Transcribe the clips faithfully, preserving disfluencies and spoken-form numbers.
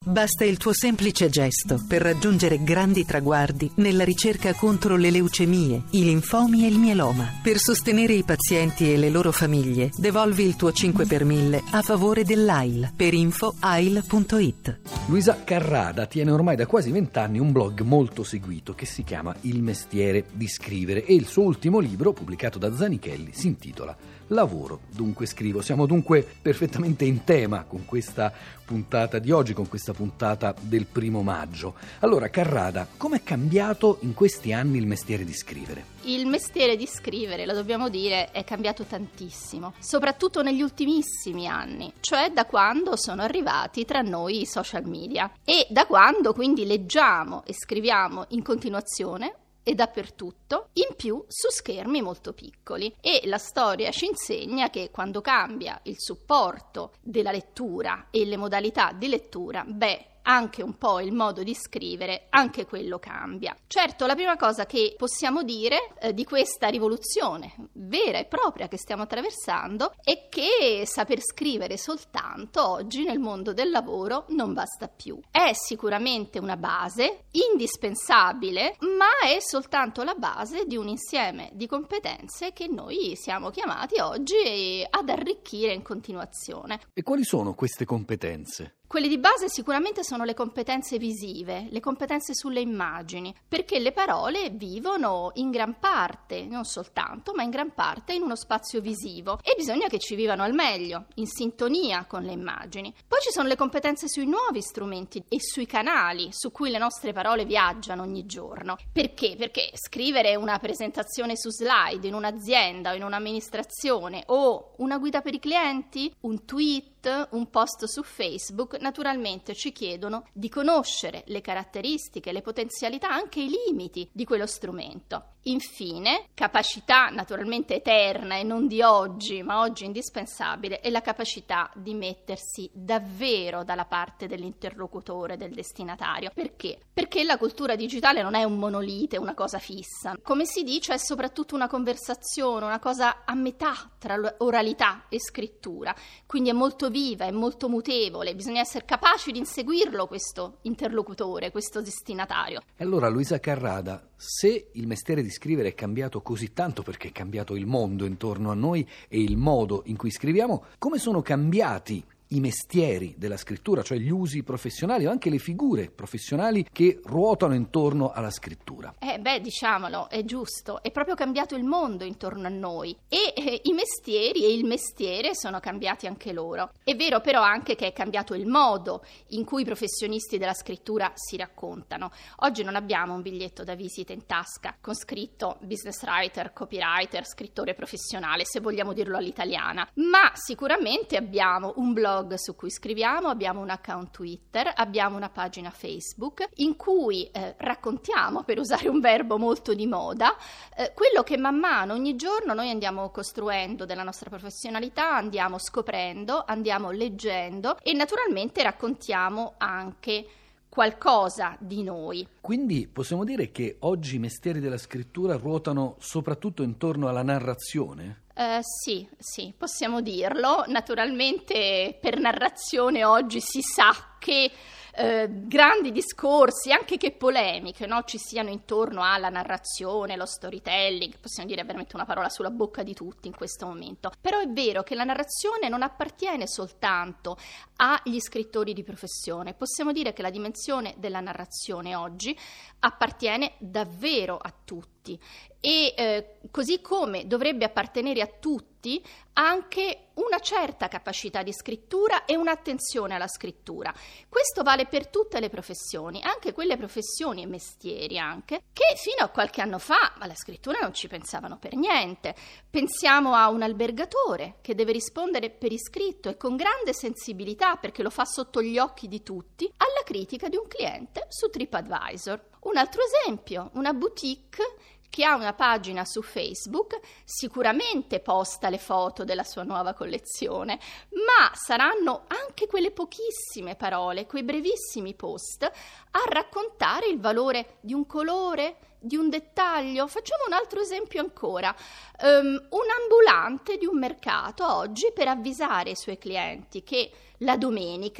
Basta il tuo semplice gesto per raggiungere grandi traguardi nella ricerca contro le leucemie, i linfomi e il mieloma. Per sostenere i pazienti e le loro famiglie, devolvi il tuo cinque per mille a favore dell'A I L. Per info A I L punto it. Luisa Carrada tiene ormai da quasi vent'anni un blog molto seguito che si chiama Il mestiere di scrivere e il suo ultimo libro, pubblicato da Zanichelli, si intitola Lavoro, dunque scrivo. Siamo dunque perfettamente in tema con questa puntata di oggi, con questa puntata del primo maggio. Allora, Carrada, com'è cambiato in questi anni il mestiere di scrivere? Il mestiere di scrivere, lo dobbiamo dire, è cambiato tantissimo, soprattutto negli ultimissimi anni, cioè da quando sono arrivati tra noi i social media e da quando quindi leggiamo e scriviamo in continuazione e dappertutto, in più su schermi molto piccoli. E la storia ci insegna che quando cambia il supporto della lettura e le modalità di lettura, beh, anche un po' il modo di scrivere, anche quello cambia. Certo, la prima cosa che possiamo dire eh, di questa rivoluzione vera e propria che stiamo attraversando è che saper scrivere soltanto oggi nel mondo del lavoro non basta più. È sicuramente una base indispensabile, ma è soltanto la base di un insieme di competenze che noi siamo chiamati oggi ad arricchire in continuazione. E quali sono queste competenze? Quelle di base sicuramente sono le competenze visive, le competenze sulle immagini, perché le parole vivono in gran parte, non soltanto, ma in gran parte in uno spazio visivo e bisogna che ci vivano al meglio, in sintonia con le immagini. Poi ci sono le competenze sui nuovi strumenti e sui canali su cui le nostre parole viaggiano ogni giorno. Perché? Perché scrivere una presentazione su slide in un'azienda o in un'amministrazione o una guida per i clienti, un tweet, un post su Facebook, naturalmente ci chiedono di conoscere le caratteristiche, le potenzialità, anche i limiti di quello strumento. Infine, capacità naturalmente eterna e non di oggi, ma oggi indispensabile, è la capacità di mettersi davvero dalla parte dell'interlocutore, del destinatario. Perché? Perché la cultura digitale non è un monolite, una cosa fissa. Come si dice, è soprattutto una conversazione, una cosa a metà tra oralità e scrittura. Quindi è molto viva, è molto mutevole, bisogna essere capaci di inseguirlo questo interlocutore, questo destinatario. E allora, Luisa Carrada, se il mestiere di scrivere è cambiato così tanto perché è cambiato il mondo intorno a noi e il modo in cui scriviamo, come sono cambiati i mestieri della scrittura, cioè gli usi professionali o anche le figure professionali che ruotano intorno alla scrittura? Eh beh, diciamolo, è giusto, è proprio cambiato il mondo intorno a noi e eh, i mestieri e il mestiere sono cambiati anche loro. È vero però anche che è cambiato il modo in cui i professionisti della scrittura si raccontano. Oggi non abbiamo un biglietto da visita in tasca con scritto business writer, copywriter, scrittore professionale, se vogliamo dirlo all'italiana, ma sicuramente abbiamo un blog su cui scriviamo, abbiamo un account Twitter, abbiamo una pagina Facebook in cui eh, raccontiamo, per usare un verbo molto di moda, eh, quello che man mano ogni giorno noi andiamo costruendo della nostra professionalità, andiamo scoprendo, andiamo leggendo e naturalmente raccontiamo anche qualcosa di noi. Quindi possiamo dire che oggi i mestieri della scrittura ruotano soprattutto intorno alla narrazione? Uh, sì, sì, possiamo dirlo. Naturalmente per narrazione oggi si sa che eh, grandi discorsi, anche che polemiche, no, ci siano intorno alla narrazione, lo storytelling, possiamo dire veramente una parola sulla bocca di tutti in questo momento. Però è vero che la narrazione non appartiene soltanto agli scrittori di professione, possiamo dire che la dimensione della narrazione oggi appartiene davvero a tutti e eh, così come dovrebbe appartenere a tutti anche una certa capacità di scrittura e un'attenzione alla scrittura. Questo vale per tutte le professioni, anche quelle professioni e mestieri anche, che fino a qualche anno fa alla scrittura non ci pensavano per niente. Pensiamo a un albergatore che deve rispondere per iscritto e con grande sensibilità, perché lo fa sotto gli occhi di tutti, alla critica di un cliente su TripAdvisor. Un altro esempio, una boutique che ha una pagina su Facebook, sicuramente posta le foto della sua nuova collezione, ma saranno anche quelle pochissime parole, quei brevissimi post a raccontare il valore di un colore, di un dettaglio. Facciamo un altro esempio ancora. Um, un ambulante di un mercato oggi, per avvisare i suoi clienti che la domenica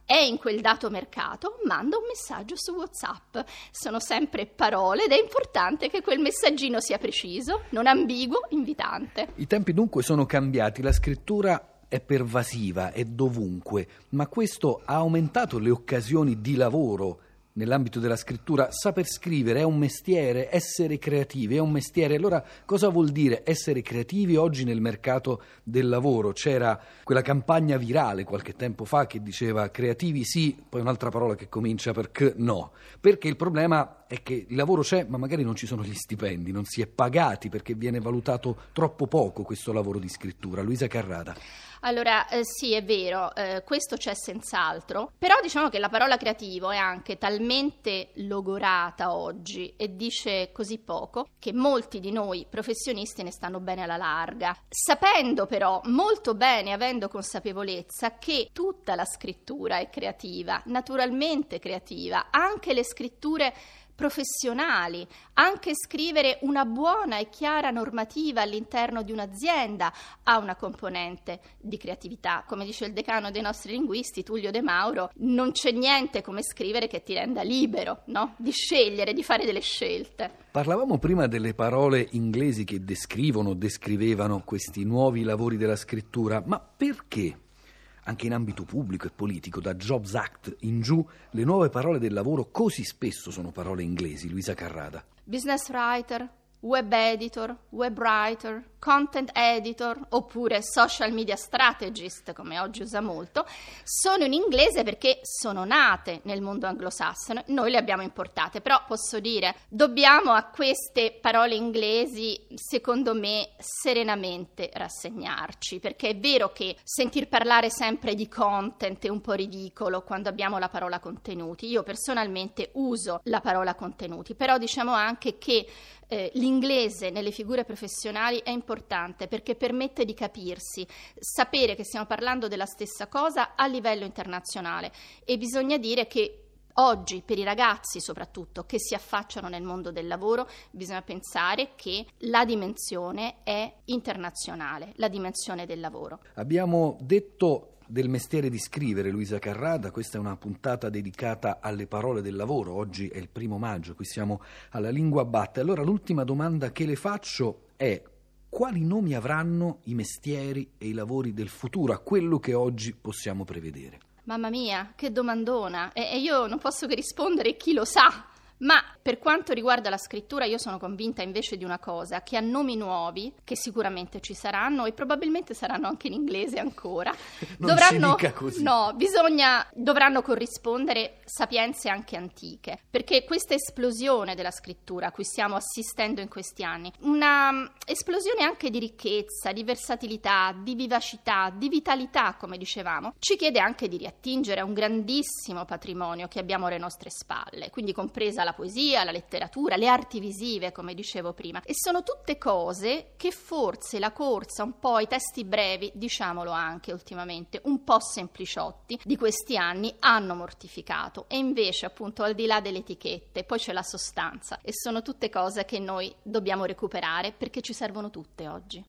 è in quel dato mercato, manda un messaggio su WhatsApp. Sono sempre parole ed è importante che quel messaggino sia preciso, non ambiguo, invitante. I tempi dunque sono cambiati, la scrittura è pervasiva, è dovunque, ma questo ha aumentato le occasioni di lavoro nell'ambito della scrittura. Saper scrivere è un mestiere, essere creativi è un mestiere. Allora cosa vuol dire essere creativi oggi nel mercato del lavoro? C'era quella campagna virale qualche tempo fa che diceva creativi sì, poi un'altra parola che comincia per c no, perché il problema è che il lavoro c'è ma magari non ci sono gli stipendi, non si è pagati perché viene valutato troppo poco questo lavoro di scrittura. Luisa Carrada. Allora, eh, sì, è vero, eh, questo c'è senz'altro, però diciamo che la parola creativo è anche talmente logorata oggi e dice così poco che molti di noi professionisti ne stanno bene alla larga, sapendo però molto bene, avendo consapevolezza che tutta la scrittura è creativa, naturalmente creativa, anche le scritture professionali, anche scrivere una buona e chiara normativa all'interno di un'azienda ha una componente di creatività. Come dice il decano dei nostri linguisti, Tullio De Mauro, non c'è niente come scrivere che ti renda libero, no? Di scegliere, di fare delle scelte. Parlavamo prima delle parole inglesi che descrivono, descrivevano questi nuovi lavori della scrittura, ma perché? Anche in ambito pubblico e politico, da Jobs Act in giù, le nuove parole del lavoro così spesso sono parole inglesi. Luisa Carrada. Business writer, web editor, web writer, content editor oppure social media strategist, come oggi usa molto, sono in inglese perché sono nate nel mondo anglosassone, noi le abbiamo importate, però posso dire, dobbiamo a queste parole inglesi, secondo me, serenamente rassegnarci, perché è vero che sentir parlare sempre di content è un po' ridicolo quando abbiamo la parola contenuti. Io personalmente uso la parola contenuti, però diciamo anche che eh, l'inglese nelle figure professionali è importante perché permette di capirsi, sapere che stiamo parlando della stessa cosa a livello internazionale, e bisogna dire che oggi per i ragazzi soprattutto che si affacciano nel mondo del lavoro bisogna pensare che la dimensione è internazionale, la dimensione del lavoro. Abbiamo detto del mestiere di scrivere, Luisa Carrada, questa è una puntata dedicata alle parole del lavoro, oggi è il primo maggio, qui siamo alla Lingua Batte. Allora l'ultima domanda che le faccio è: quali nomi avranno i mestieri e i lavori del futuro, a quello che oggi possiamo prevedere? Mamma mia, che domandona! E, e io non posso che rispondere chi lo sa. Ma per quanto riguarda la scrittura io sono convinta invece di una cosa, che a nomi nuovi, che sicuramente ci saranno e probabilmente saranno anche in inglese ancora, non dovranno, si dica così. No, bisogna, dovranno corrispondere sapienze anche antiche, perché questa esplosione della scrittura a cui stiamo assistendo in questi anni, una esplosione anche di ricchezza, di versatilità, di vivacità, di vitalità, come dicevamo, ci chiede anche di riattingere a un grandissimo patrimonio che abbiamo alle nostre spalle, quindi compresa la poesia, la letteratura, le arti visive, come dicevo prima, e sono tutte cose che forse la corsa, un po' i testi brevi, diciamolo anche ultimamente, un po' sempliciotti di questi anni hanno mortificato, e invece appunto al di là delle etichette poi c'è la sostanza, e sono tutte cose che noi dobbiamo recuperare perché ci servono tutte oggi.